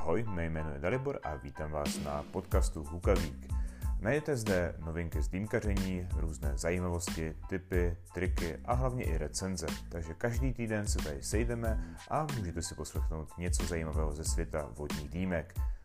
Ahoj, mé jméno je Dalibor a vítám vás na podcastu Huka Week. Najdete zde novinky z dýmkaření, různé zajímavosti, tipy, triky a hlavně i recenze. Takže každý týden se tady sejdeme a můžete si poslechnout něco zajímavého ze světa vodních dýmek.